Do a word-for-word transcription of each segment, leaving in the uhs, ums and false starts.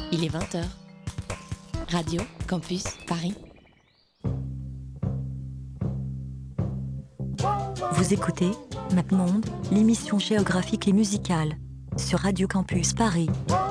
Il est vingt heures. Radio Campus Paris. Vous écoutez MapMonde, l'émission géographique et musicale, sur Radio Campus Paris.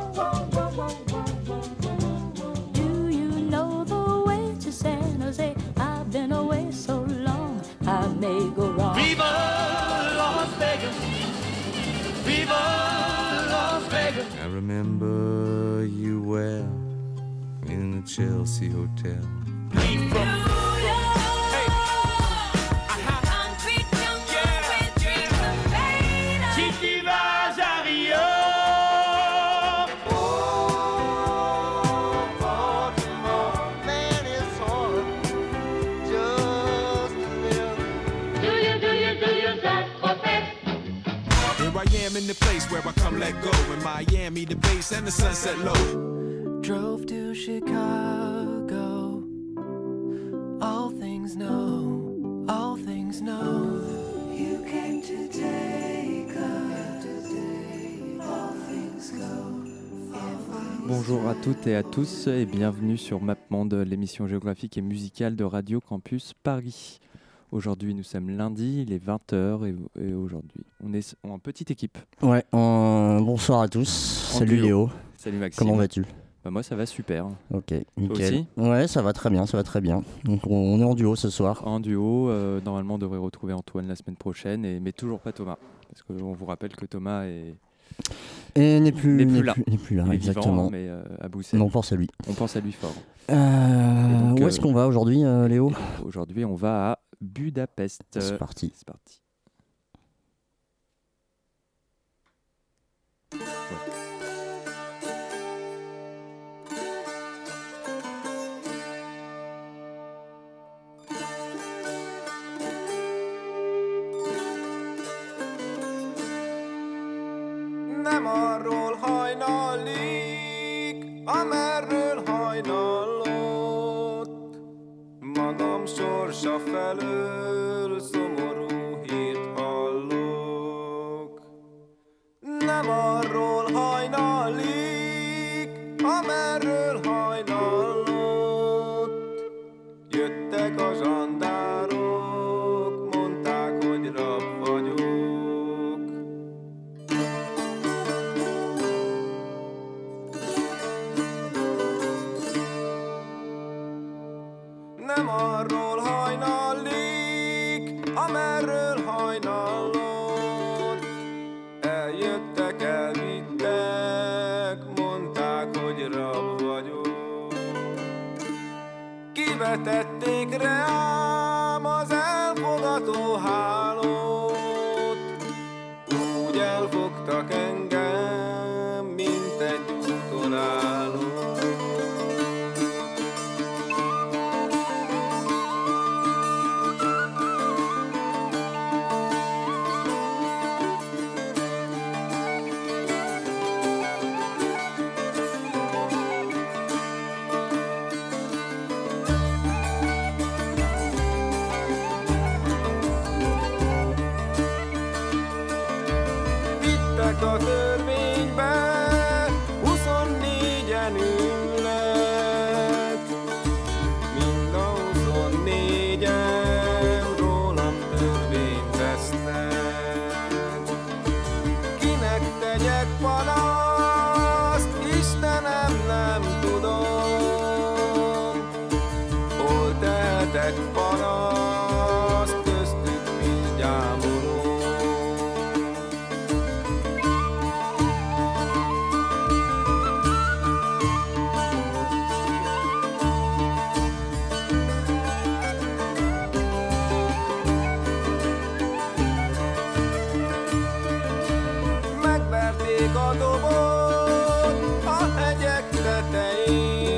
Do you know the way to San Jose? I've been away so long, I may go wrong. Viva Las Vegas! Viva Las Vegas! I remember you well in the Chelsea Hotel. We from in the place where I come let go in Miami, the base and the sunset low. Drove to Chicago. All things know, all things know. You came to take us. All things go. Bonjour à toutes et à tous et bienvenue sur MapMonde, l'émission géographique et musicale de Radio Campus Paris. Aujourd'hui, nous sommes lundi, il est vingt heures et, et aujourd'hui, on est en petite équipe. Ouais, euh, bonsoir à tous. En Salut duo. Léo. Salut Maxime. Comment vas-tu ? Bah moi, ça va super. Ok, Toi nickel. aussi ? Ouais, ça va très bien, ça va très bien. Donc on, on est en duo ce soir. En duo, euh, normalement, on devrait retrouver Antoine la semaine prochaine, et, mais toujours pas Thomas. Parce qu'on vous rappelle que Thomas est... Et n'est plus, n'est plus n'est là. plus, n'est plus là, Il est exactement. vivant, mais euh, à Bruxelles. Mais on pense à lui. On pense à lui fort. Euh, donc, où euh, est-ce qu'on va aujourd'hui, euh, Léo ? Aujourd'hui, on va à Budapest. C'est parti. C'est parti. Nem arról hajnalik, amerről hajnalott. Magam sorsa felől szomorú hírt hallok. Nem arról hajnalik, amerről hajnalott. Jöttek a zsandárok, mondták, hogy rab vagyok. Nem arról hajnalik, amerről hajnalott. Eljöttek, elvittek, mondták, hogy rab vagyok. Kivetették rám az elfogató hálót. Úgy elfogtak engem, mint egy úton állót. A törvénybe huszonnégyen ülnek, mind a huszonnégyen rólam törvényt vesznek. Kinek tegyek panaszt, Istenem, nem tudom, hol tehetek panaszt, köztük mind gyámolom. A dobot a hegyek tetején,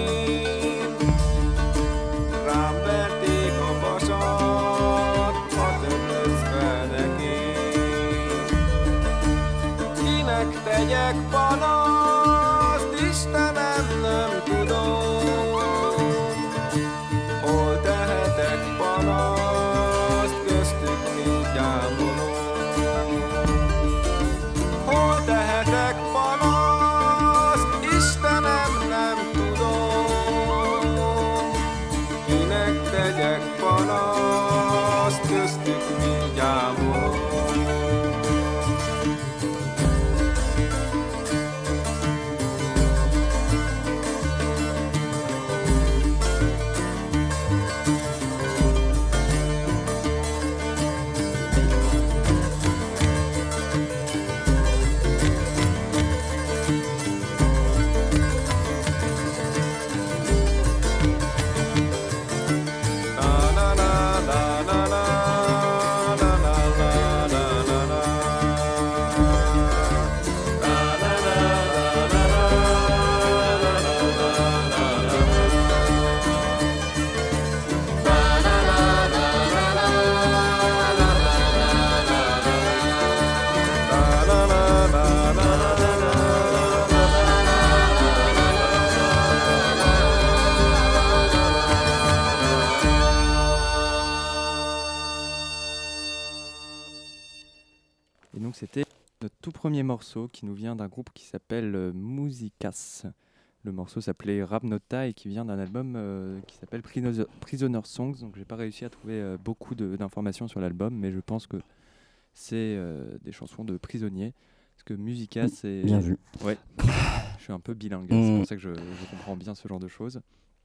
notre tout premier morceau qui nous vient d'un groupe qui s'appelle euh, Musicas. Le morceau s'appelait Rapnota et qui vient d'un album euh, qui s'appelle Prisoner, Prisoner Songs. Donc j'ai pas réussi à trouver euh, beaucoup de, d'informations sur l'album, mais je pense que c'est euh, des chansons de prisonniers. Parce que Musicas, c'est... Bien vu. Ouais, je suis un peu bilingue, Mm. c'est pour ça que je, je comprends bien ce genre de choses.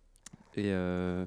Et, euh,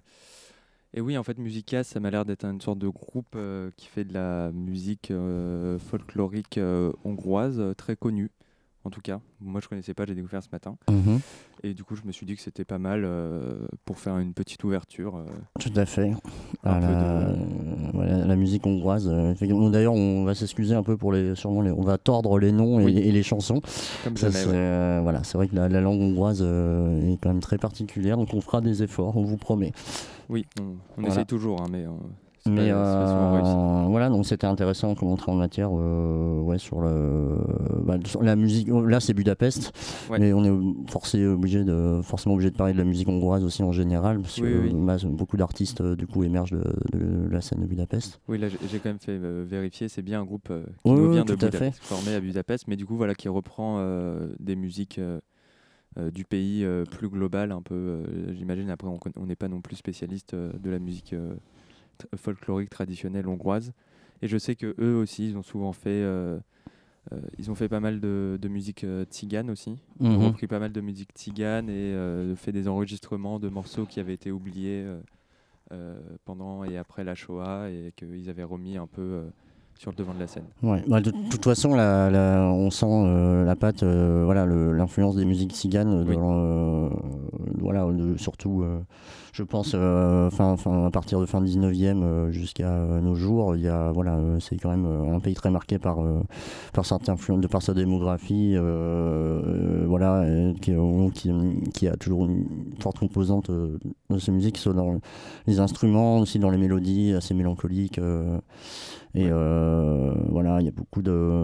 et oui, en fait, Musicas, ça m'a l'air d'être une sorte de groupe euh, qui fait de la musique euh, folklorique euh, hongroise, euh, très connue. En tout cas, moi je connaissais pas, j'ai découvert ce matin. Mhm. Et du coup, je me suis dit que c'était pas mal euh, pour faire une petite ouverture. Euh, Tout à fait. Un Ah, peu la, de- voilà, la musique hongroise. euh, effectivement. D'ailleurs, on va s'excuser un peu pour les, sûrement les, on va tordre les noms et, Oui. et les chansons. comme Ça, jamais. c'est, ouais. euh, voilà, c'est vrai que la, la langue hongroise euh, est quand même très particulière, donc on fera des efforts, on vous promet. Oui, on, on Voilà. essaye toujours, hein, mais euh, c'est Mais pas, c'est pas souvent réussi. euh, voilà, donc c'était intéressant comme entrée en matière, euh, ouais, sur le, bah, sur la musique. Là, c'est Budapest, Ouais. mais on est forcé, obligé de, forcément obligé de parler de la musique hongroise aussi en général, parce Oui, que oui. bah, beaucoup d'artistes euh, du coup émergent de, de la scène de Budapest. Oui, là j'ai j'ai quand même fait euh, vérifier, c'est bien un groupe euh, qui Oui, nous oui, vient de tout à Budapest, formé à Budapest, mais du coup voilà qui reprend euh, des musiques euh, euh, du pays euh, plus globales, un peu. euh, J'imagine après on conna- on n'est pas non plus spécialiste euh, de la musique euh, t- folklorique traditionnelle hongroise, et je sais que eux aussi ils ont souvent fait, euh, euh, ils ont fait pas mal de, de musique euh, tzigane aussi. Ils ont Mhm. repris pas mal de musique tzigane et euh, fait des enregistrements de morceaux qui avaient été oubliés euh, euh, pendant et après la Shoah et qu'ils avaient remis un peu euh, sur le devant de la scène. Ouais, bah, de toute façon, la, la- on sent euh, la patte, euh, voilà, le- l'influence des musiques tziganes, Oui. dans, euh, voilà, de- surtout, euh, je pense, euh, fin, fin, à partir de fin dix-neuvième euh, jusqu'à euh, nos jours, il y a, voilà, euh, c'est quand même euh, un pays très marqué par, euh, par certaines influences, de par sa démographie, euh, euh, voilà, euh, qui, euh, qui, qui a toujours une forte composante euh, de ces musiques, soit dans les instruments, aussi dans les mélodies assez mélancoliques. euh, Et Ouais. euh, voilà, il y a beaucoup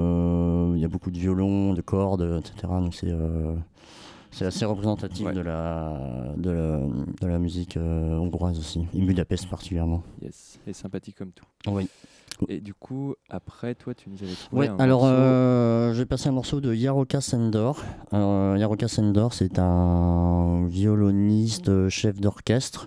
de, il y a beaucoup de violons, de cordes, et cetera. Donc c'est, euh, c'est assez représentatif Ouais. de la, de la, de la musique euh, hongroise aussi, et Budapest particulièrement. Yes, et sympathique comme tout. Oui. Et du coup, après, toi, tu nous avais trouvé Ouais. un Alors, morceau. euh, j'ai passé un morceau de Jaroka Sendor. Euh, Jaroka Sendor, c'est un violoniste, chef d'orchestre.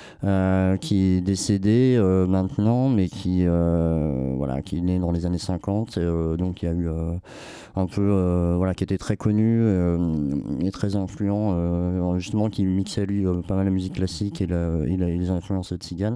Euh, qui est décédé euh, maintenant, mais qui, euh, voilà, qui est né dans les années cinquante, et, euh, donc il y a eu euh, un peu, euh, voilà, qui était très connu euh, et très influent, euh, justement, qui mixait lui euh, pas mal la musique classique et, la, et, la, et les influences tziganes.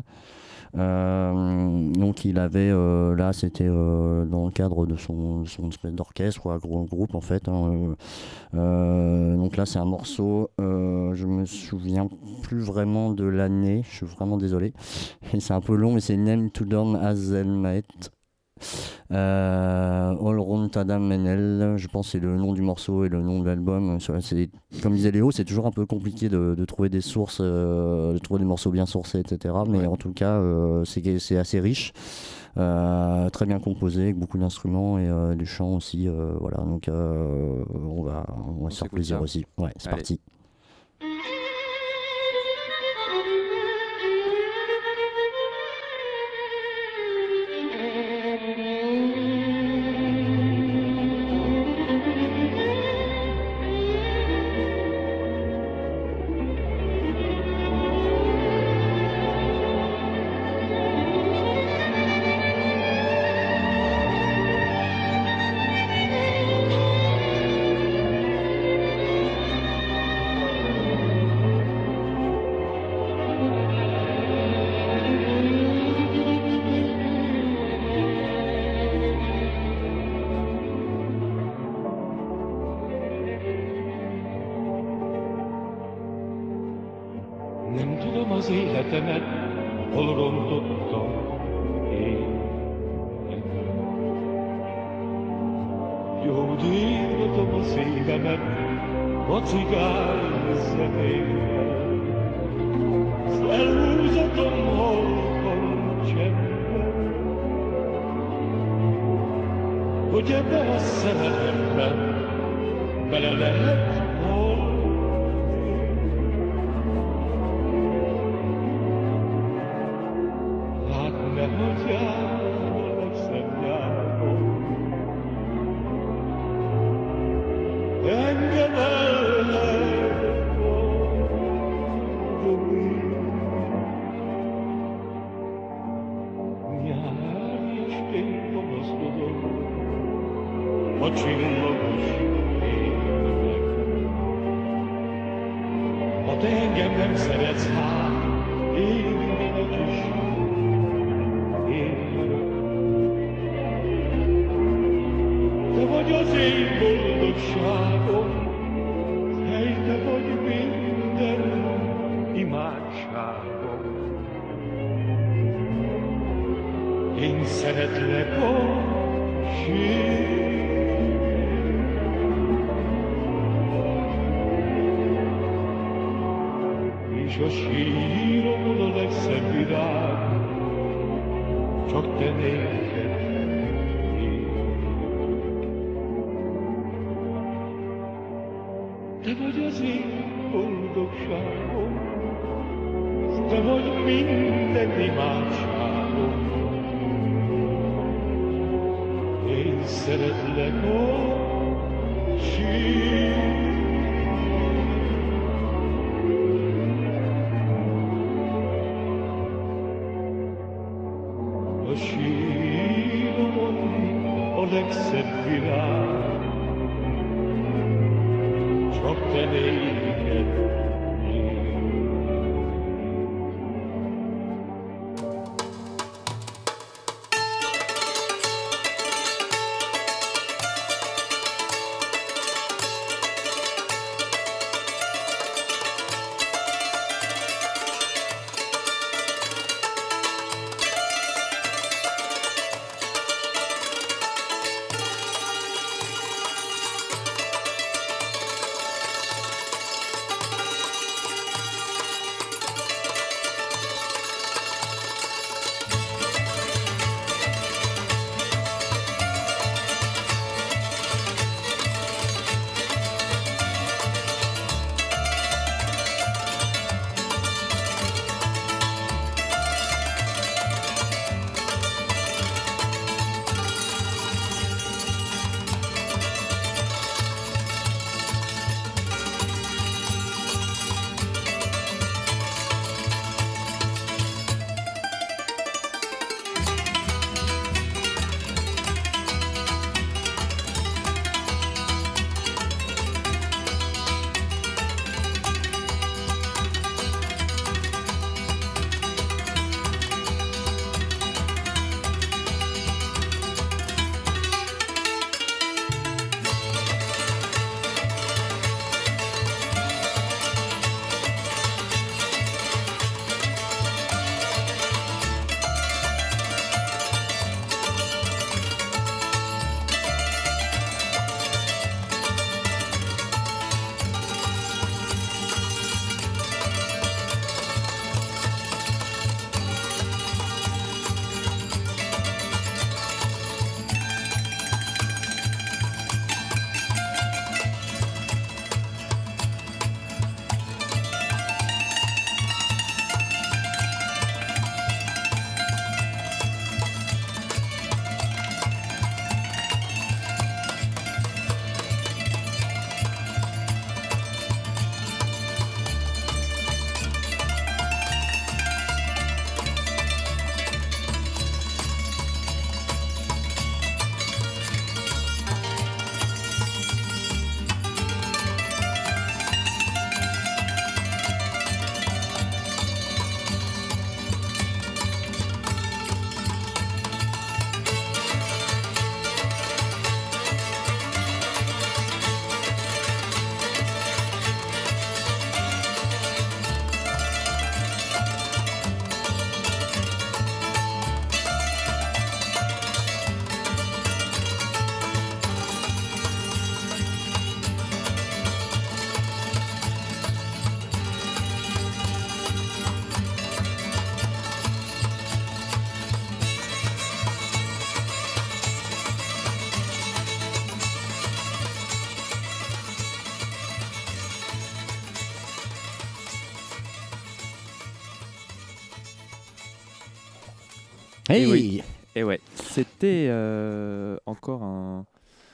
Euh, donc il avait euh, là c'était euh, dans le cadre de son, de son espèce d'orchestre ou un gros groupe en fait, hein, euh, euh, donc là c'est un morceau, euh, je me souviens plus vraiment de l'année, je suis vraiment désolé et c'est un peu long, mais c'est Name to Dorm Azelmaet, euh, All Round Tadam Menel, je pense que c'est le nom du morceau et le nom de l'album. C'est, comme disait Léo, c'est toujours un peu compliqué de, de trouver des sources, euh, de trouver des morceaux bien sourcés, et cetera. Mais Ouais. en tout cas, euh, c'est, c'est assez riche, euh, très bien composé, avec beaucoup d'instruments et euh, du chant aussi. Euh, voilà, donc euh, on va, on va se faire s'écoute plaisir ça. aussi. Ouais, c'est Allez. parti. Nem tudom az életemet, hol rontottam én. Jó dírgatom a szívemet, a cigány zenével. S elhúzatom halkan csendben, hogy ebbe a szerelemben bele lehet halni. Hát nehogy jár a legszebb nyáron, csillagos évek. Ha te engem nem szeretsz, hát én minek is élek. Te vagy az én boldogságom, hely, te vagy minden imádságom. Én szeretlek a sír. És a síromon a legszebb virág, csak te néked ér. Te vagy az én boldogságom, te vagy minden imádságom. Én szeretlek a sír. A síromon a legszebb virág, csak te néked ér. Hey Et oui. Et ouais, c'était euh, encore un,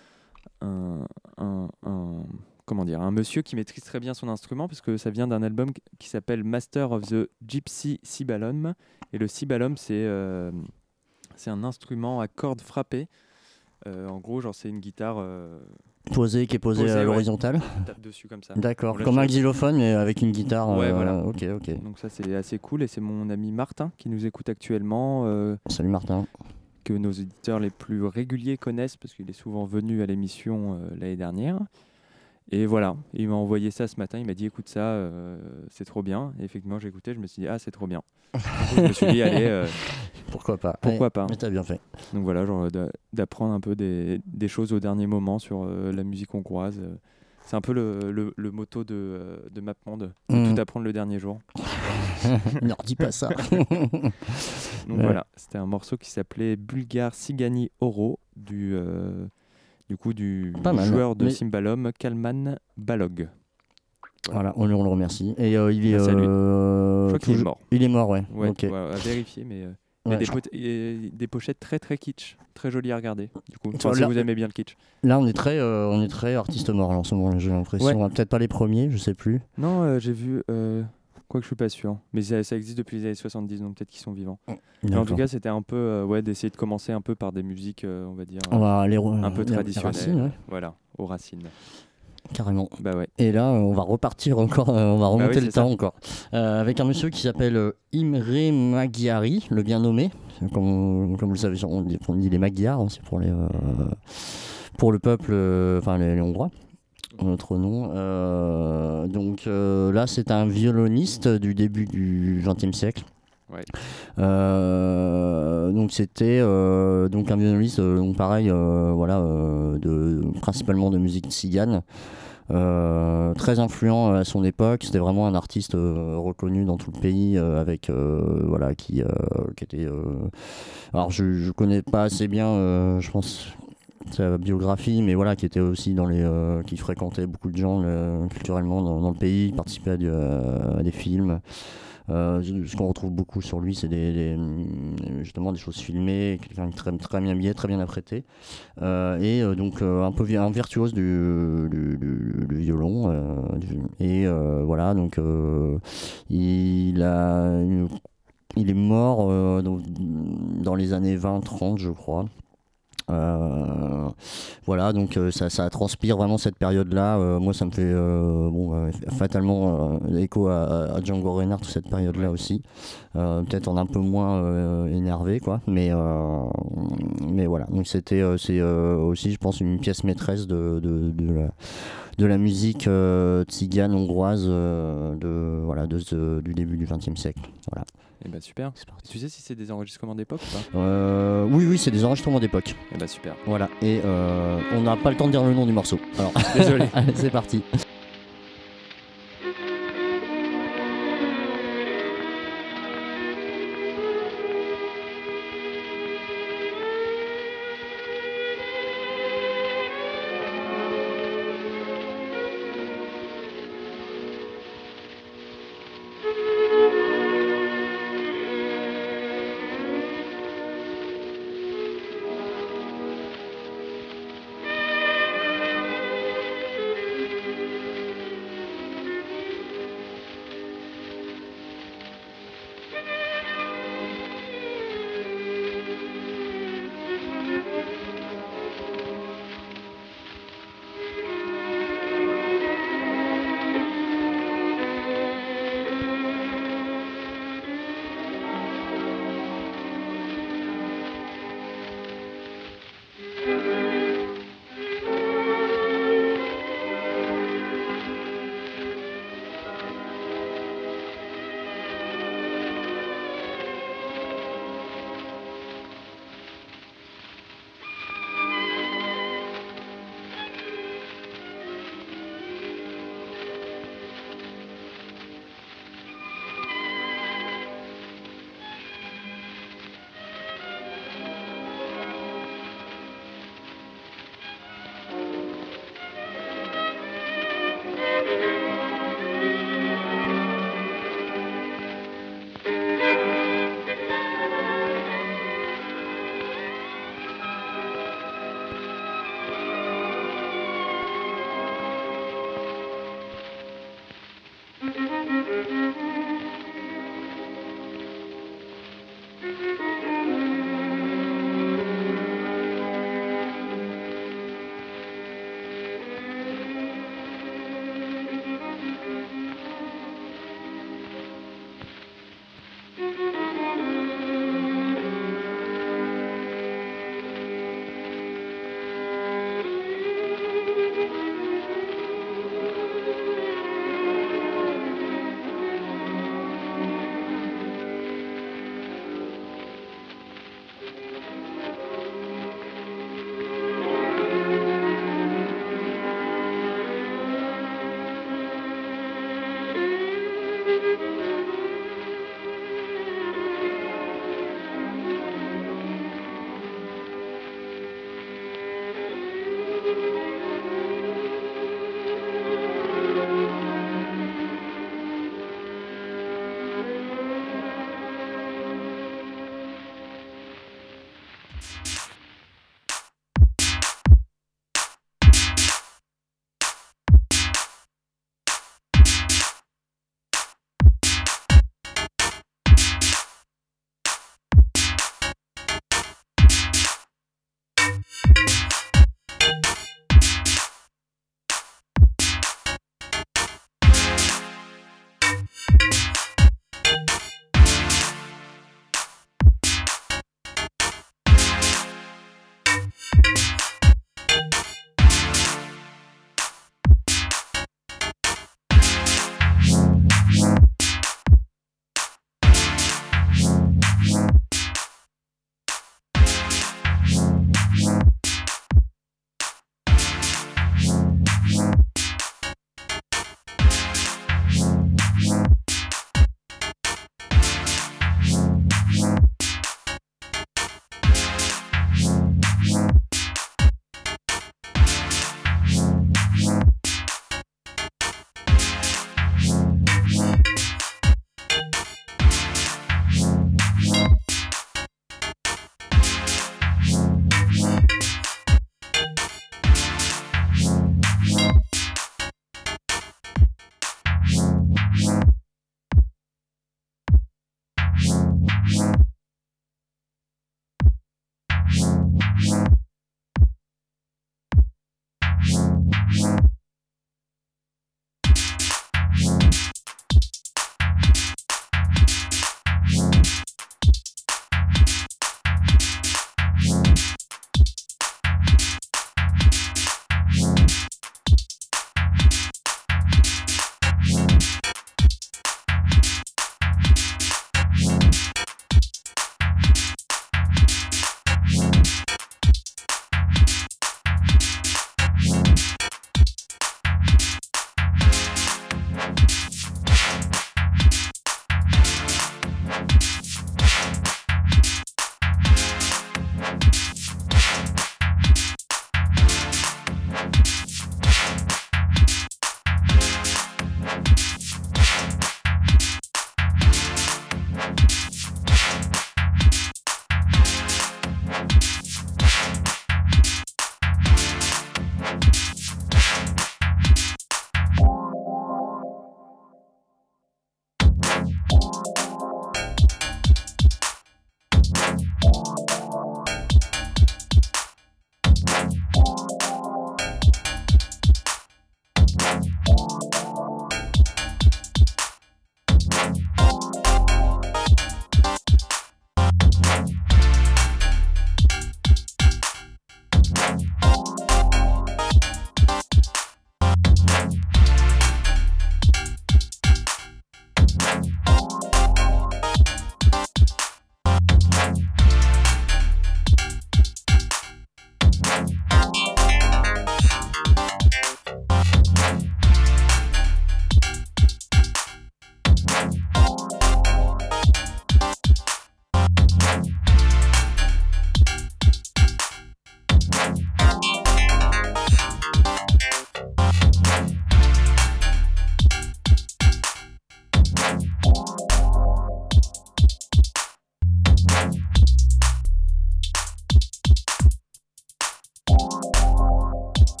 un, un, un, comment dire, un monsieur qui maîtrise très bien son instrument, parce que ça vient d'un album qui s'appelle Master of the Gypsy Cymbalum. Et le cymbalum, c'est, euh, c'est un instrument à cordes frappées Euh, en gros, genre c'est une guitare euh, Posée, qui est posée posée, à ouais. l'horizontale. Tu tapes dessus comme ça. D'accord, On l'a comme un fait. xylophone mais avec une guitare. Ouais, euh, voilà. Ok, ok. Donc ça c'est assez cool et c'est mon ami Martin qui nous écoute actuellement, euh, Salut Martin. que nos auditeurs les plus réguliers connaissent parce qu'il est souvent venu à l'émission euh, l'année dernière. Et voilà, il m'a envoyé ça ce matin, il m'a dit écoute ça, euh, c'est trop bien. Et effectivement j'ai écouté, je me suis dit ah c'est trop bien. Du coup, je me suis dit allez, euh, Pourquoi pas. pourquoi Ouais, pas. Mais t'as bien fait. Donc voilà, genre d'a- d'apprendre un peu des, des choses au dernier moment sur euh, la musique hongroise. euh. C'est un peu le, le, le motto de, euh, de MapMonde, de Mm. tout apprendre le dernier jour. Ne leur dis pas ça. Donc Ouais. voilà, c'était un morceau qui s'appelait Bulgar Cigani Oro du, euh, du coup du Pas mal, joueur de mais- cymbalum Kalman Balog. Voilà, on, le- on le remercie. Et euh, il est. Merci à lui. euh, Je crois qu'il est toujours- mort. Il est mort, ouais. Ouais, Ok. ouais, à vérifier, mais euh, il y a Ouais, des, je- pot- et des pochettes très très kitsch, très jolies à regarder. Du coup, Sur enfin, si la- vous aimez bien le kitsch. Là, on est très, euh, on est très artiste mort là, en ce moment. J'ai l'impression. Ouais. Peut-être pas les premiers, je sais plus. Non, euh, j'ai vu. Euh, quoi que je suis pas sûr, mais ça, ça existe depuis les années soixante-dix, donc peut-être qu'ils sont vivants. Mais en tout D'accord. cas, c'était un peu euh, ouais, d'essayer de commencer un peu par des musiques, euh, on va dire, On va aller euh, un peu les- les traditionnelles. racines, ouais, Voilà, aux racines. carrément. Bah ouais. Et là, euh, on va repartir encore, euh, on va remonter Bah oui, le c'est temps ça. encore. Euh, avec un monsieur qui s'appelle euh, Imre Magyari, le bien nommé. Comme, comme vous le savez, on dit, on dit les Magyars, hein, c'est pour, les, euh, pour le peuple, euh, enfin les, les Hongrois. Notre nom. Euh, donc euh, là, c'est un violoniste du début du vingtième siècle. Ouais. Euh, donc c'était euh, donc un violoniste, euh, donc pareil, euh, voilà, euh, de, principalement de musique tzigane. Euh, très influent à son époque, c'était vraiment un artiste euh, reconnu dans tout le pays, euh, avec euh, voilà qui, euh, qui était. Euh, alors je, je connais pas assez bien, euh, je pense sa biographie, mais voilà, qui était aussi dans les, euh, qui fréquentait beaucoup de gens euh, culturellement dans, dans le pays, qui participait à, du- à des films. Euh, ce qu'on retrouve beaucoup sur lui, c'est des, des, justement des choses filmées, quelqu'un qui est très, très bien habillé, très bien apprêté, euh, et euh, donc euh, un peu vi- un virtuose du, du, du- du violon. Euh, du- et euh, voilà, donc euh, il a, une- il est mort euh, dans, dans les années vingt trente, je crois. Euh, voilà, donc euh, ça, ça transpire vraiment cette période-là. Euh, moi, ça me fait euh, bon, euh, fatalement euh, écho à, à Django Reinhardt, toute cette période-là aussi. Euh, peut-être en un peu moins euh, énervé, quoi. Mais, euh, mais voilà, donc c'était euh, c'est euh, aussi, je pense, une pièce maîtresse de, de, de, la, de la musique euh, tzigane hongroise euh, de, voilà, de ce, du début du vingtième siècle. Voilà. Et bah super. Tu sais si c'est des enregistrements d'époque ou pas? Euh, oui, oui, c'est des enregistrements d'époque. Et bah super. Voilà, et euh, on n'a pas le temps de dire le nom du morceau. Alors, Désolé. allez, c'est parti.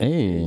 Hey. Et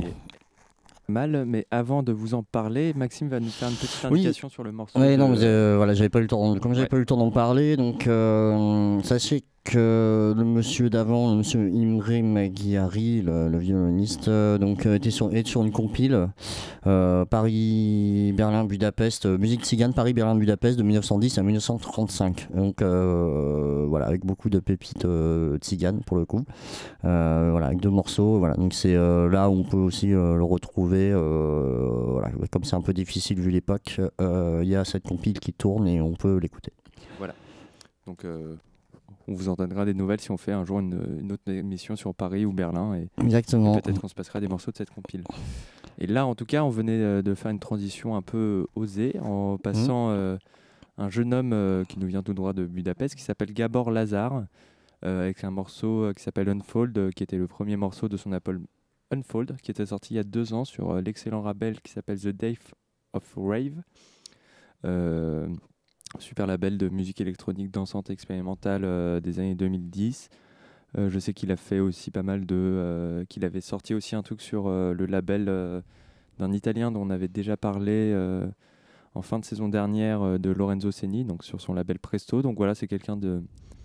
mal, mais avant de vous en parler, Maxime va nous faire une petite indication oui. sur le morceau. Oui, de... non, mais euh, voilà, j'avais pas eu le temps. Comme j'avais ouais. pas eu le temps d'en parler, donc euh, sachez que le monsieur d'avant, le monsieur Imre Magyari, le, le violoniste, euh, donc euh, était sur, est sur une compile euh, Paris, Berlin, Budapest, euh, musique tzigane Paris, Berlin, Budapest de mille neuf cent dix à mille neuf cent trente-cinq. Donc euh, voilà, avec beaucoup de pépites euh, tziganes pour le coup. Euh, voilà, avec deux morceaux. Voilà, donc c'est euh, là où on peut aussi euh, le retrouver. Euh, voilà, comme c'est un peu difficile vu l'époque, il euh, y a cette compile qui tourne et on peut l'écouter. Voilà. Donc euh, on vous en donnera des nouvelles si on fait un jour une, une autre émission sur Paris ou Berlin. Et exactement. Peut-être qu'on se passera des morceaux de cette compile. Et là, en tout cas, on venait de faire une transition un peu osée en passant mmh. euh, un jeune homme euh, qui nous vient tout droit de Budapest qui s'appelle Gabor Lazar. Euh, avec un morceau euh, qui s'appelle Unfold, euh, qui était le premier morceau de son album Unfold, qui était sorti il y a deux ans sur euh, l'excellent label qui s'appelle The Day of Rave. Euh, super label de musique électronique dansante expérimentale euh, des années deux mille dix. Euh, je sais qu'il a fait aussi pas mal de... Euh, qu'il avait sorti aussi un truc sur euh, le label euh, d'un Italien dont on avait déjà parlé euh, en fin de saison dernière, euh, de Lorenzo Senni, donc sur son label Presto. Donc voilà, c'est quelqu'un de...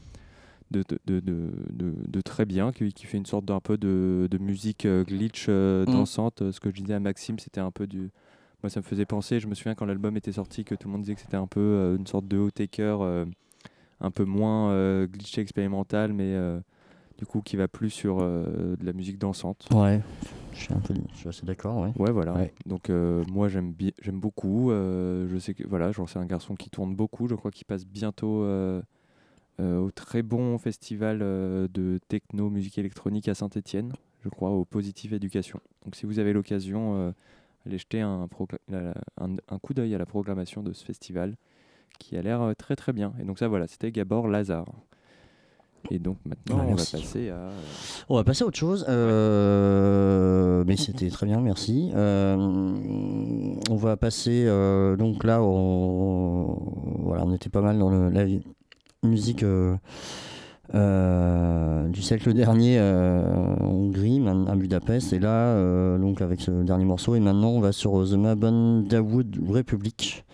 De, de, de, de, de, de très bien, qui, qui fait une sorte d'un peu de, de musique euh, glitch euh, dansante. Mm. Ce que je disais à Maxime, c'était un peu du... Moi, ça me faisait penser, je me souviens quand l'album était sorti, que tout le monde disait que c'était un peu euh, une sorte de haut-taker, euh, un peu moins euh, glitch expérimental, mais euh, du coup qui va plus sur euh, de la musique dansante. Ouais, je suis, un peu, je suis assez d'accord, ouais. Ouais, voilà. Ouais. Donc euh, moi, j'aime, bi- j'aime beaucoup. Euh, je sais que, voilà, genre, c'est un garçon qui tourne beaucoup. Je crois qu'il passe bientôt... Euh, Euh, au très bon festival euh, de techno musique électronique à Saint-Étienne, je crois, au Positive Éducation. Donc si vous avez l'occasion, euh, allez jeter un, progr- la, un, un coup d'œil à la programmation de ce festival qui a l'air euh, très très bien. Et donc ça voilà, c'était Gabor Lazar. Et donc maintenant ah, on va merci. passer à... Euh... On va passer à autre chose, euh, mais c'était très bien, merci. Euh, on va passer, euh, donc là, on, voilà, on était pas mal dans le, la musique euh, euh, du siècle dernier euh, en Hongrie, à Budapest, et là, euh, donc avec ce dernier morceau, et maintenant on va sur The Mabon Dawood Republic.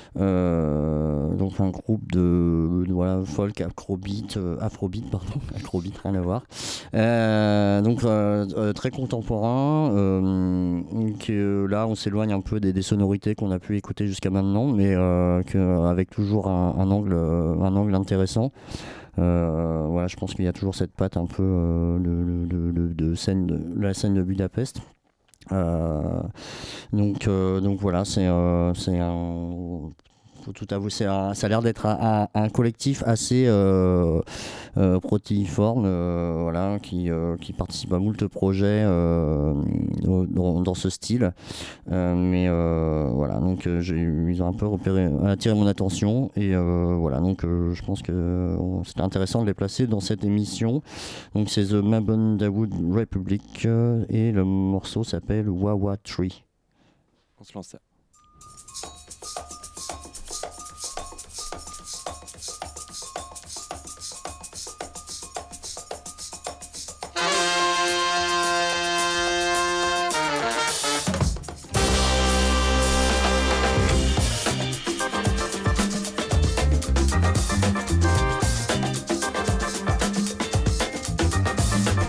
Euh, donc un groupe de, de voilà, folk, afrobeat, euh, afrobeat, pardon, afrobeat, rien à voir. Euh, donc euh, euh, très contemporain. Euh, donc, euh, là, on s'éloigne un peu des, des sonorités qu'on a pu écouter jusqu'à maintenant, mais euh, que, avec toujours un, un angle, un angle intéressant. Euh, voilà, je pense qu'il y a toujours cette patte un peu euh, de, de, de, de scène, de la scène de Budapest. Euh, donc, euh, donc voilà, c'est, euh, c'est un, faut tout avouer, c'est un, ça a l'air d'être un, un, un collectif assez euh, euh, protéiforme, euh, voilà, qui, euh, qui participe à moult projets euh, dans, dans ce style. Euh, mais euh, voilà, donc euh, j'ai, ils ont un peu repéré, attiré mon attention et euh, voilà, donc euh, je pense que euh, c'était intéressant de les placer dans cette émission. Donc c'est The Mabon Dawood Republic euh, et le morceau s'appelle Wawa Tree. On se lance ça.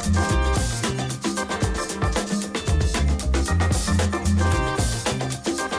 We'll be right back.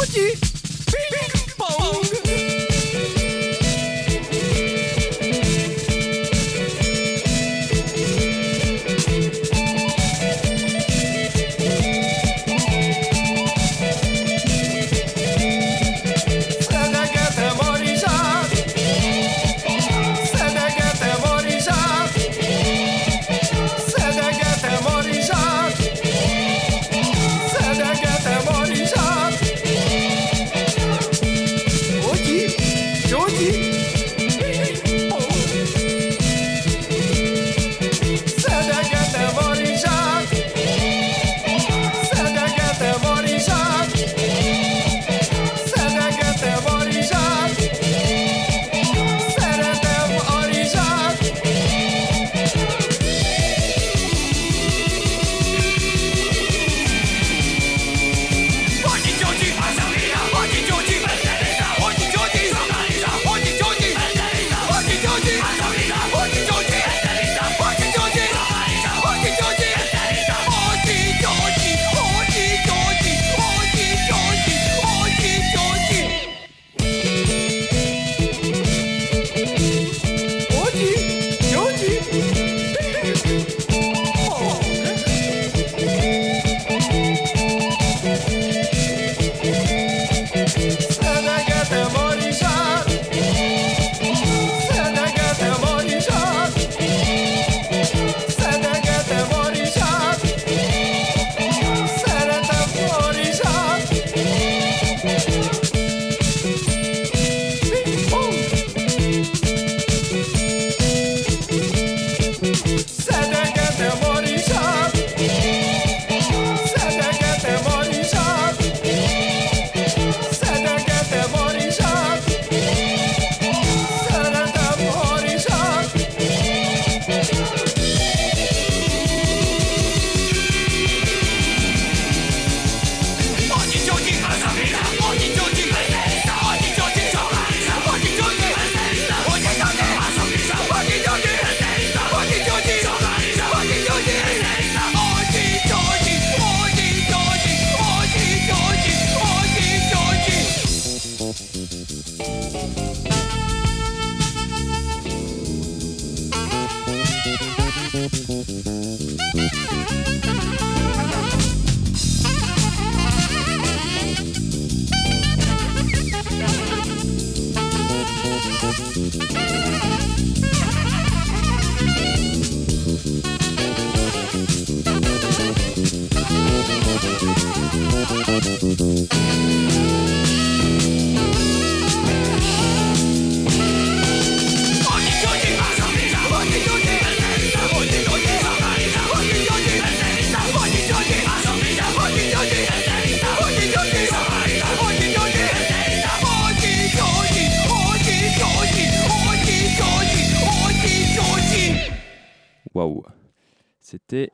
Waouh, c'était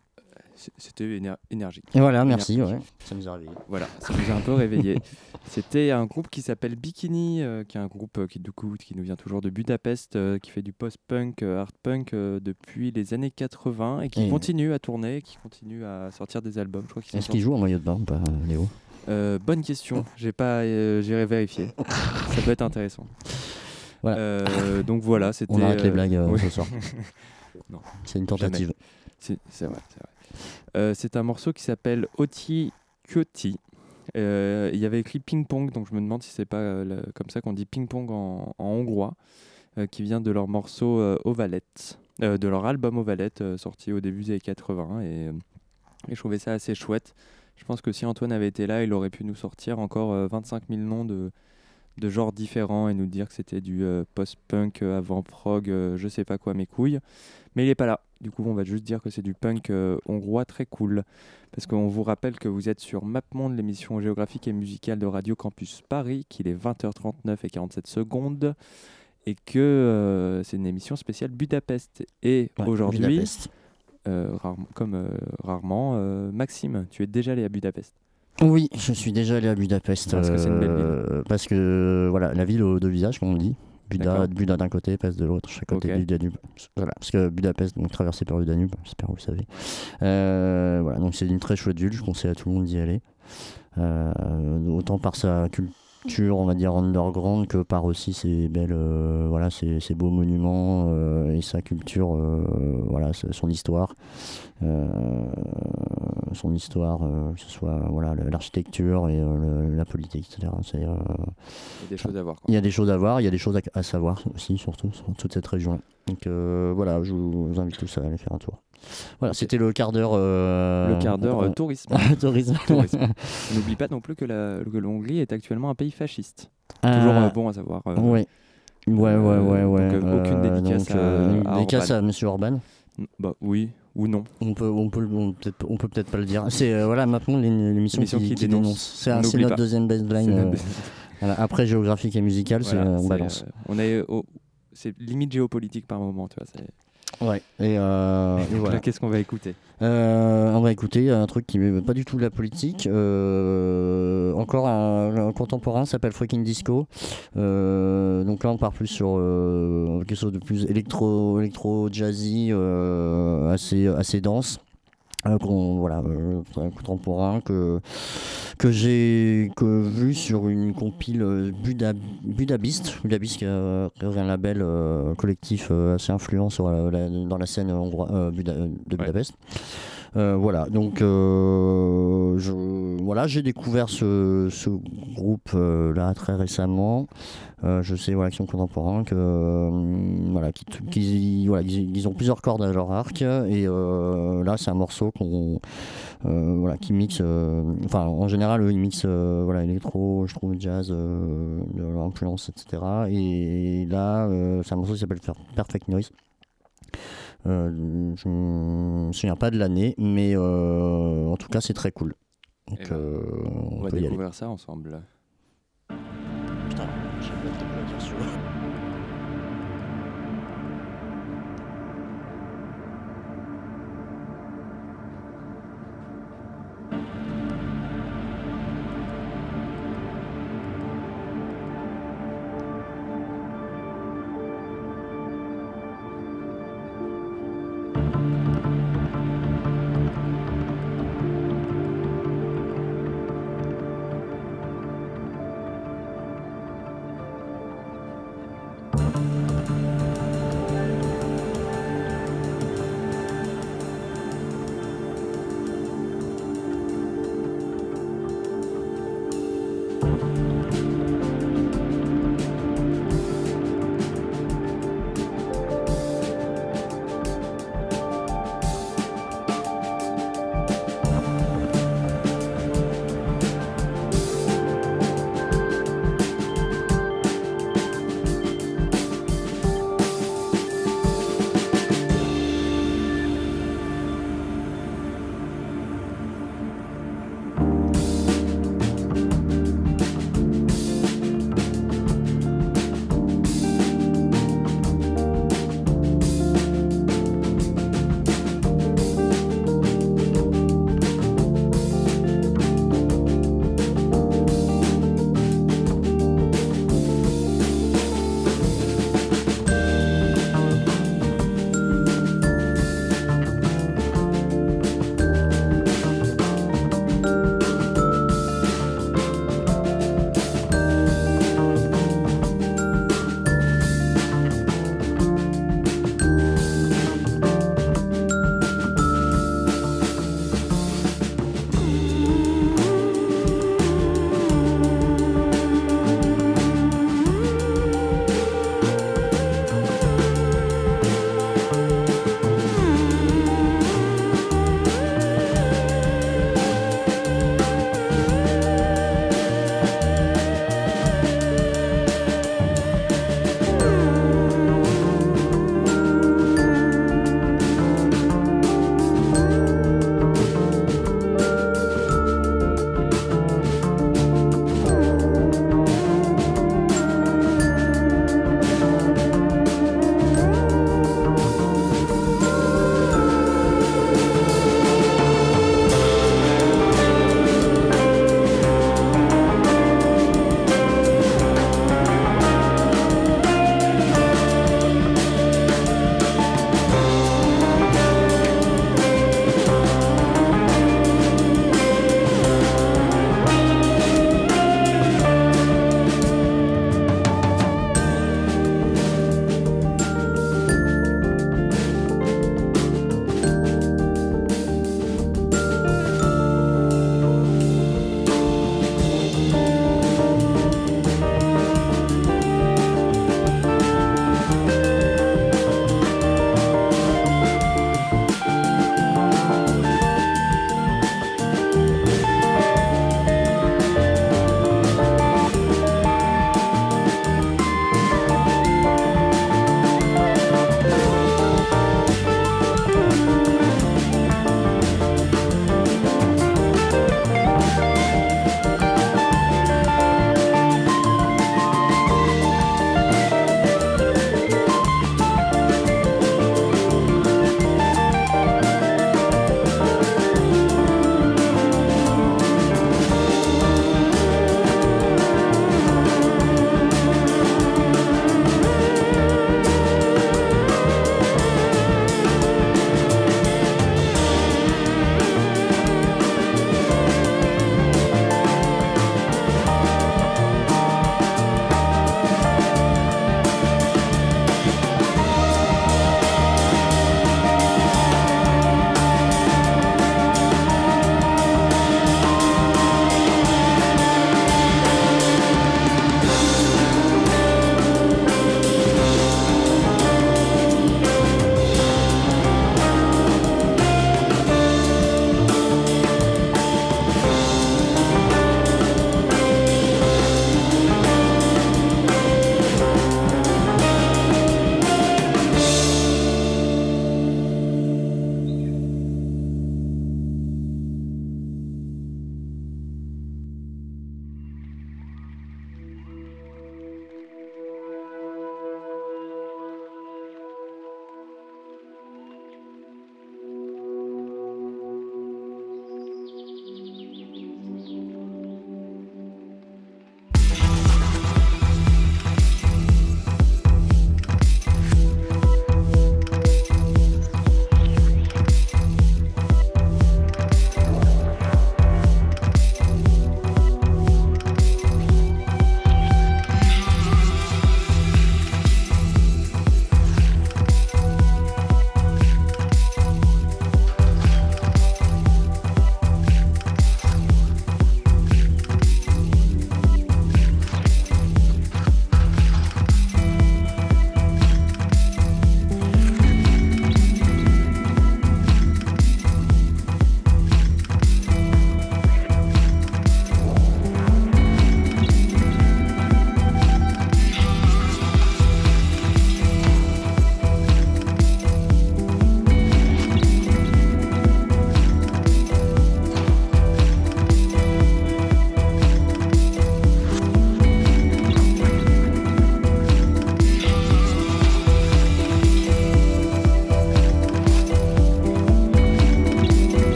c'était éner- énergique. Et voilà, merci, ouais. Ça nous a réveillés. Voilà, ça nous a un peu réveillés. C'était un groupe qui s'appelle Bikini, euh, qui est un groupe euh, qui, du coup, qui nous vient toujours de Budapest, euh, qui fait du post-punk, euh, art-punk euh, depuis les années quatre-vingts et qui Et continue à tourner, qui continue à sortir des albums. Je crois qu'ils sont Est-ce qu'ils jouent en maillot de bain ou pas, Léo? Euh, bonne question, j'ai pas, euh, j'irai vérifier. Ça peut être intéressant. Voilà. Euh, donc voilà, c'était. On arrête les euh, blagues euh, oui. ce soir. Non, C'est une tentative. c'est, c'est vrai, c'est vrai. Euh, c'est un morceau qui s'appelle Oti Kyoti. Euh, Il y avait écrit Ping Pong, donc je me demande si c'est pas euh, le- comme ça qu'on dit Ping Pong en, en hongrois, euh, qui vient de leur morceau euh, Ovalette, euh, de leur album Ovalette, euh, sorti au début des années quatre-vingts. Et, euh, et je trouvais ça assez chouette. Je pense que si Antoine avait été là, il aurait pu nous sortir encore euh, vingt-cinq mille noms de, de genres différents et nous dire que c'était du euh, post-punk, euh, avant-prog, euh, je sais pas quoi, mes couilles. Mais il est pas là. Du coup, on va juste dire que c'est du punk euh, hongrois très cool. Parce qu'on vous rappelle que vous êtes sur MapMonde, l'émission géographique et musicale de Radio Campus Paris, qu'il est vingt heures trente-neuf et quarante-sept secondes, et que euh, c'est une émission spéciale Budapest. Et Ouais, aujourd'hui, Budapest. euh, rarement- comme euh, rarement, euh, Maxime, tu es déjà allé à Budapest. Oui, je suis déjà allé à Budapest. Parce que c'est une belle euh, Parce que, voilà, la ville aux deux visages, comme on dit. Buda, D'accord. Buda d'un côté, Pest de l'autre, chaque côté Ok. du Danube. Voilà, parce que Budapest, donc traversé par le Danube, j'espère que vous le savez. Euh, voilà, donc c'est une très chouette ville, je conseille à tout le monde d'y aller. Euh, autant par sa culture, on va dire underground, que par aussi ses belles, euh, voilà, ses, ses beaux monuments euh, et sa culture, euh, voilà, son histoire, euh, son histoire, euh, que ce soit voilà l'architecture et euh, le, la politique, et cetera. C'est, euh, il y a des choses à voir. Il y a des choses à voir, il y a des choses à, à savoir aussi, surtout sur toute cette région. Donc euh, voilà, je vous, vous invite tous à aller faire un tour. Voilà, okay. C'était le quart d'heure. Euh, le quart d'heure euh, tourisme. tourisme. tourisme. N'oublie pas non plus que la, que l'Hongrie est actuellement un pays fasciste. Euh, Toujours euh, bon à savoir. Euh, oui. Ouais, ouais, ouais, ouais. Donc, euh, aucune dédicace donc, à, euh, à dédicace à Monsieur Orban. Bah oui ou non. On peut, on peut, on peut, peut, on peut peut-être pas le dire. C'est euh, voilà maintenant l'émission, l'émission qui, qui, qui dénonce. dénonce. C'est, un, c'est notre pas. deuxième baseline. Euh, voilà, après géographique et musical, voilà, c'est, on c'est, balance. Euh, on est, oh, c'est limite géopolitique par moment, tu vois. C'est... Ouais. Et, euh, et voilà. Là, qu'est-ce qu'on va écouter euh, On va écouter un truc qui n'est pas du tout de la politique. Euh, encore un, un contemporain s'appelle Freaking Disco. Euh, donc là, on part plus sur euh, quelque chose de plus électro, électro jazzy, euh, assez, assez dense. Euh, qu'on, voilà, euh, un contemporain que, que j'ai que vu sur une compile euh, Buda, Budabist, Budabist qui est euh, un label euh, collectif euh, assez influent sur la, la, dans la scène hongroise euh, Buda, de Budapest. Ouais. Euh, voilà, donc euh, je, voilà, j'ai découvert ce, ce groupe euh, là très récemment. Euh, je sais voilà, qu'ils sont contemporains, que euh, voilà, qu'ils, qu'ils, voilà, ils, ils ont plusieurs cordes à leur arc et euh, là c'est un morceau qu'on, euh, voilà, qui mixe. Euh, enfin, en général, eux, ils mixent euh, voilà, électro, je trouve jazz, euh, de leur influence, et cetera. Et, et là, euh, c'est un morceau qui s'appelle Perfect Noise. Euh, je ne me souviens pas de l'année, mais euh, en tout cas c'est très cool. Donc, ben, euh, on, on va peut découvrir ça ensemble. Putain, j'ai pas de quoi dire sur.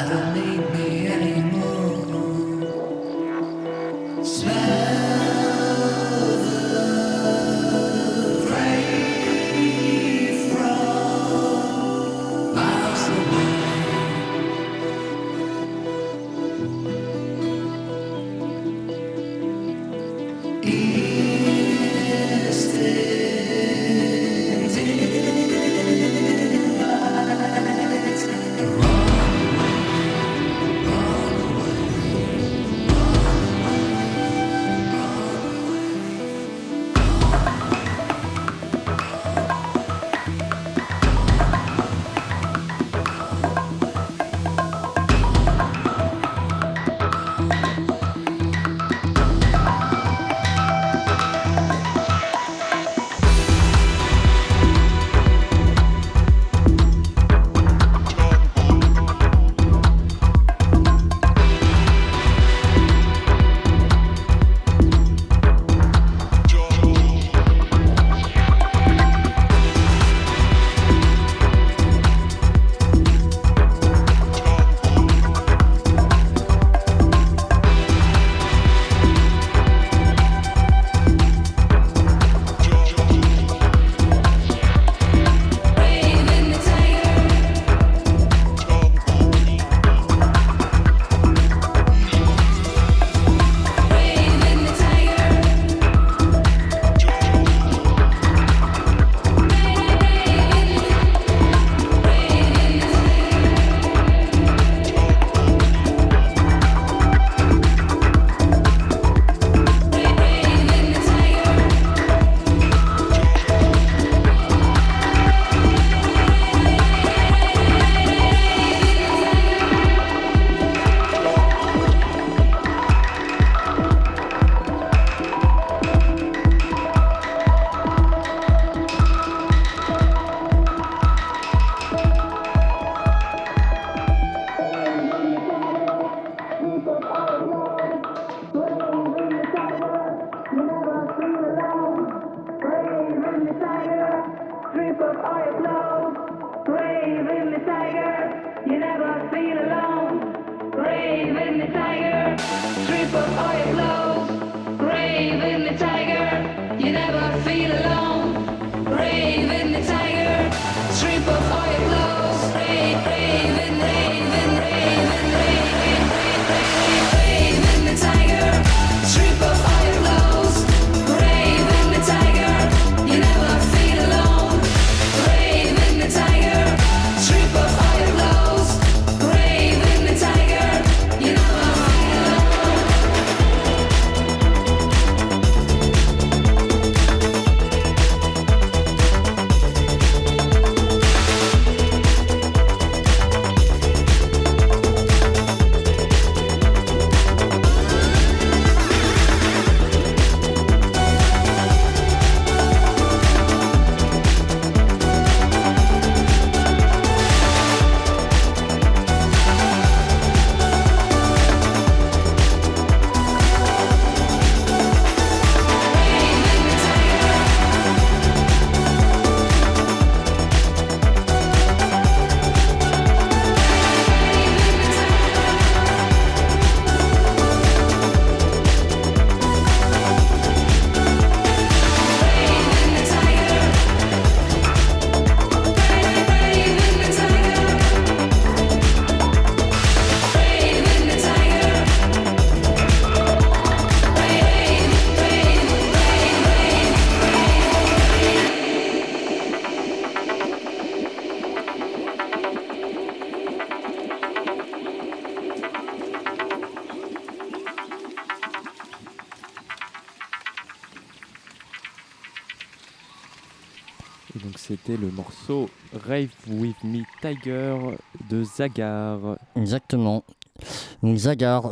Et donc c'était le morceau Rave With Me Tiger de Zagar. Exactement. Donc Zagar,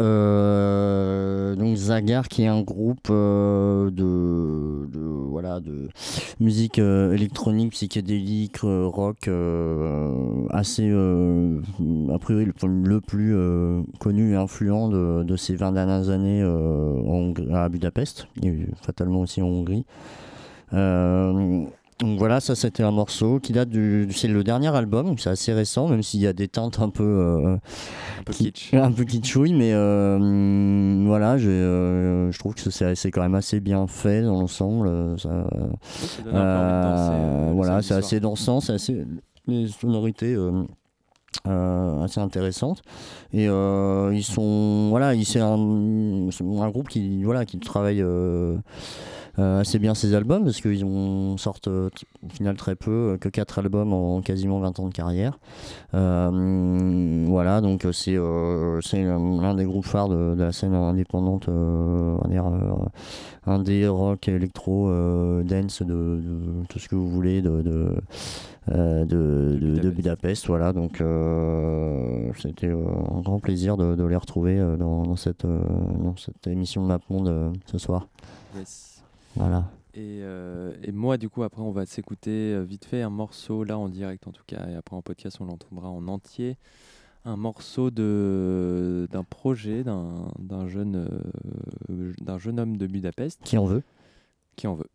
euh, donc Zagar qui est un groupe euh, de, de voilà de musique euh, électronique, psychédélique, euh, rock, euh, assez euh, a priori le, le plus euh, connu et influent de, de ces vingt dernières années euh, en, à Budapest et fatalement aussi en Hongrie. Euh, Donc voilà, ça c'était un morceau qui date du. C'est le dernier album, donc c'est assez récent, même s'il y a des teintes un peu. Euh, un peu qui, kitsch. Un peu kitschouille, mais euh, voilà, j'ai, euh, je trouve que c'est, c'est quand même assez bien fait dans l'ensemble. Ça, ça donne un peu envie de danser, euh, voilà, c'est soir. assez dansant, c'est assez. Les sonorités. Euh, Euh, assez intéressante et euh, ils sont voilà ils, c'est un, c'est un groupe qui voilà qui travaille euh, euh, assez bien ses albums parce qu'ils ont sortent euh, au final très peu euh, que quatre albums en quasiment vingt ans de carrière euh, voilà donc c'est euh, c'est l'un des groupes phares de, de la scène indépendante euh, on va dire euh, indé rock électro euh, dance de, de tout ce que vous voulez de, de Euh, de, de, de Budapest, voilà. Donc euh, c'était euh, un grand plaisir de, de les retrouver euh, dans, dans, cette, euh, dans cette émission de MapMonde euh, ce soir. Yes. Voilà. Et, euh, et moi, du coup, après, on va s'écouter euh, vite fait un morceau, là en direct en tout cas, et après en podcast, on l'entendra en entier. Un morceau de, d'un projet d'un, d'un, jeune, euh, d'un jeune homme de Budapest. Qui en veut Qui en veut.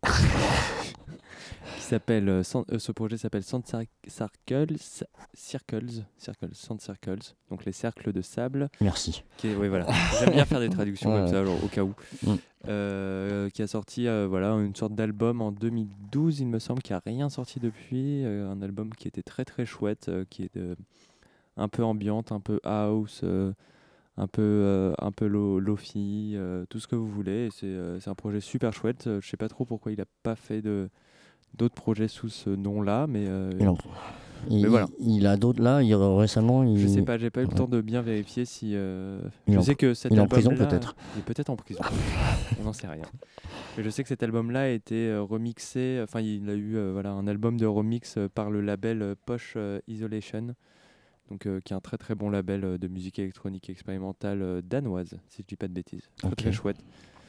Qui s'appelle, euh, ce projet s'appelle Sand Circles, Circles, Circles, Sand Circles, donc les cercles de sable. Merci. Qui est, oui, voilà. J'aime bien faire des traductions ouais. comme ça, genre, au cas où. Mm. Euh, qui a sorti euh, voilà, une sorte d'album en deux mille douze, il me semble, qui n'a rien sorti depuis. Euh, un album qui était très très chouette, euh, qui est de, un peu ambiante, un peu house, euh, un peu, euh, un peu lo- lofi, euh, tout ce que vous voulez. Et c'est, euh, c'est un projet super chouette. Je ne sais pas trop pourquoi il n'a pas fait de, d'autres projets sous ce nom-là, mais, euh, non. Il, mais voilà. Il, il a d'autres là, il, récemment. Il... Je sais pas, j'ai pas eu le ouais. temps de bien vérifier si. Euh... Il je en, sais que cet il est en album-là, prison peut-être. Il est peut-être en prison. On n'en sait rien. Mais je sais que cet album-là a été euh, remixé. Enfin, il a eu euh, voilà un album de remix euh, par le label euh, Posh euh, Isolation, donc euh, qui est un très très bon label euh, de musique électronique expérimentale euh, danoise, si je dis pas de bêtises. Très okay. très chouette.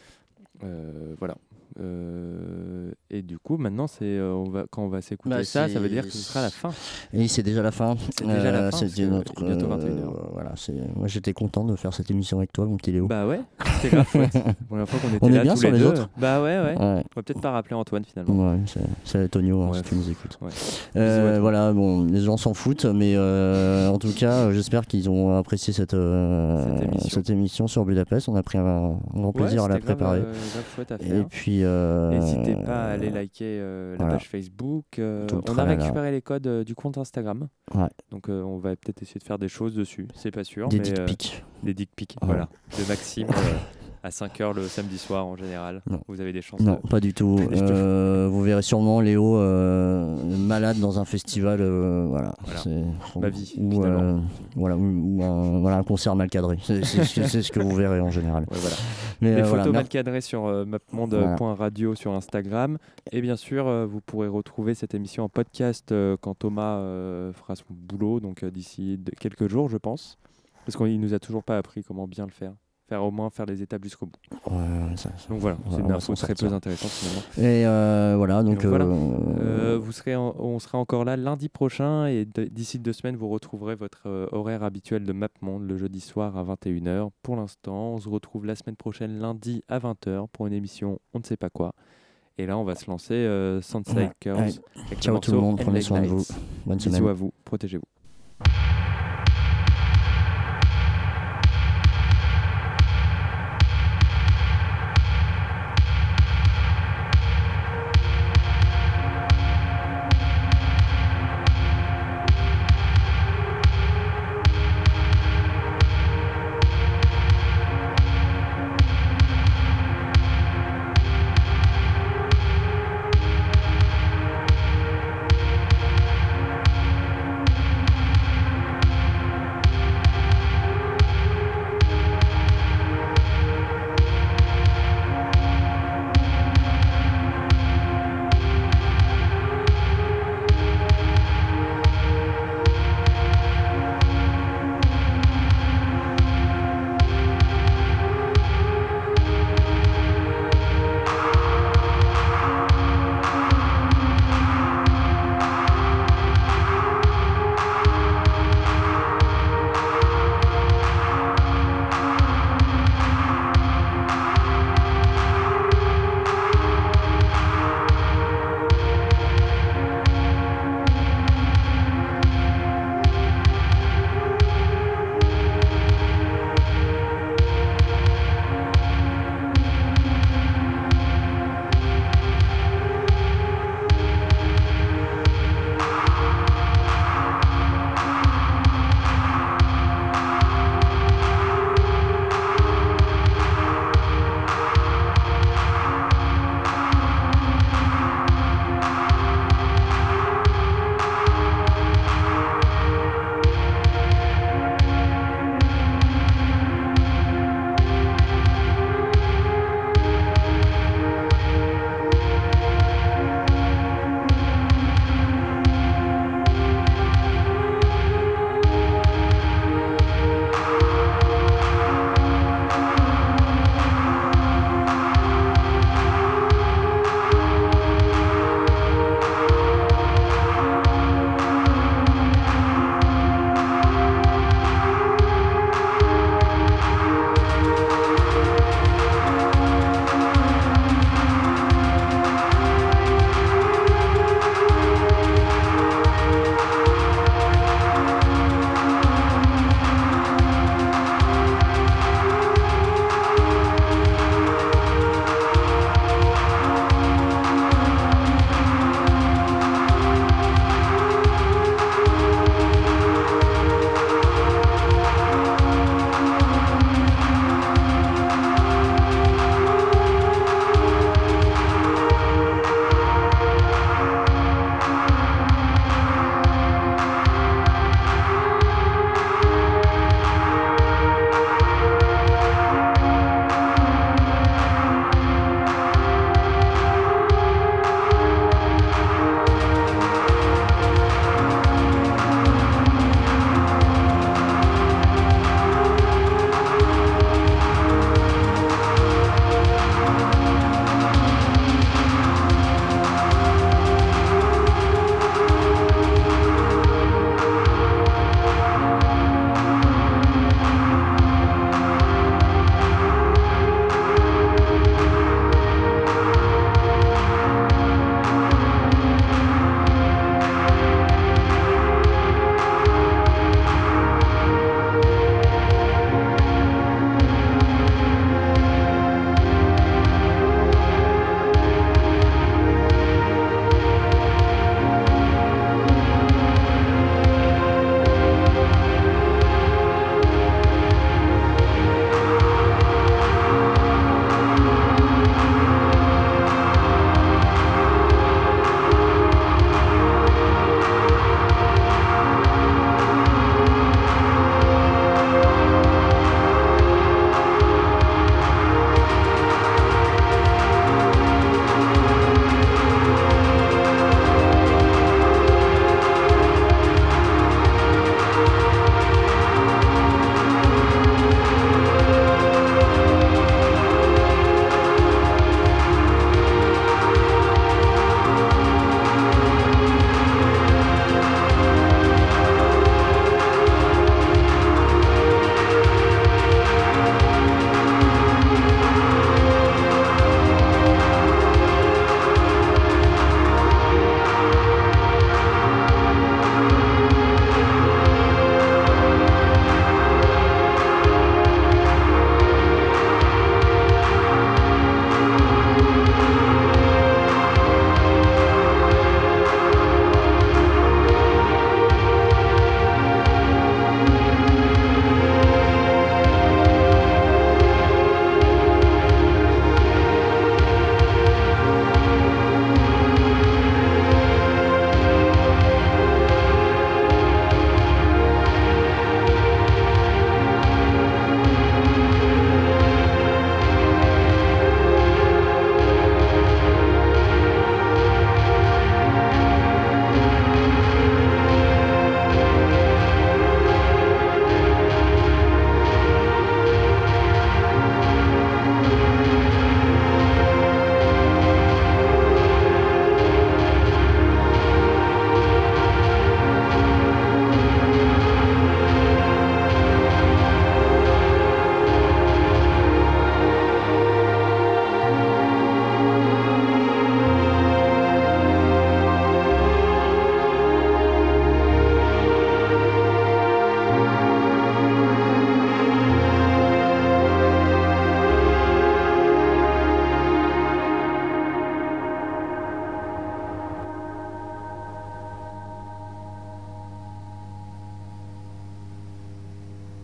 Euh, voilà. Euh, et du coup, maintenant, c'est, euh, on va, quand on va s'écouter bah, ça, ça veut dire que ce sera la fin. Et c'est déjà la fin. C'est déjà euh, la fin. C'était notre. Il est bientôt vingt et une heures. Euh, voilà, c'est... Moi, j'étais content de faire cette émission avec toi, mon petit Léo. Bah ouais, c'était grave chouette. La première fois qu'on était on là est bien tous sur les, les deux. autres. Bah ouais, ouais. ouais. On va peut-être pas rappeler Antoine finalement. Ouais, c'est, c'est Tonio, hein, ouais, si tu nous écoutes. Ouais. Euh, voilà, bon, les gens s'en foutent, mais euh, en tout cas, euh, j'espère qu'ils ont apprécié cette, euh, cette, émission. cette émission sur Budapest. On a pris un, un grand plaisir ouais, à la préparer. Grave, euh, grave chouette à faire. Et puis, euh, n'hésitez pas à aller liker euh, la voilà. page Facebook. Euh, Tout on a récupéré les codes euh, du compte Instagram. Ouais. Donc euh, on va peut-être essayer de faire des choses dessus. C'est pas sûr. Des mais, dick euh, pics. Des dick pics, ouais. voilà. De Maxime. euh, à cinq heures le samedi soir en général. Non. Vous avez des chances. Non, de... pas du tout. Euh, vous verrez sûrement Léo euh, malade dans un festival. Euh, voilà. voilà. C'est, ma vie. Ou, euh, voilà, ou, ou un, voilà, un concert mal cadré. C'est, c'est, c'est, c'est ce que vous verrez en général. Ouais, voilà. Mais, les euh, photos voilà, mal cadrées sur euh, mapmonde point radio voilà. sur Instagram. Et bien sûr, euh, vous pourrez retrouver cette émission en podcast euh, quand Thomas euh, fera son boulot, donc euh, d'ici de, quelques jours, je pense. Parce qu'il nous a toujours pas appris comment bien le faire. Faire au moins faire les étapes jusqu'au bout. Ouais, ça, ça, donc voilà, c'est ouais, une info très peu intéressante finalement. Et euh, voilà, donc, et donc voilà. Euh, euh, vous serez en, on sera encore là lundi prochain et de, d'ici deux semaines vous retrouverez votre euh, horaire habituel de MapMonde le jeudi soir à vingt et une heures. Pour l'instant, on se retrouve la semaine prochaine lundi à vingt heures pour une émission on ne sait pas quoi. Et là, on va se lancer euh, Sand Circles. Ouais. Ciao tout le monde, prenez soin de vous. Bonne Bisous semaine. à vous, protégez-vous.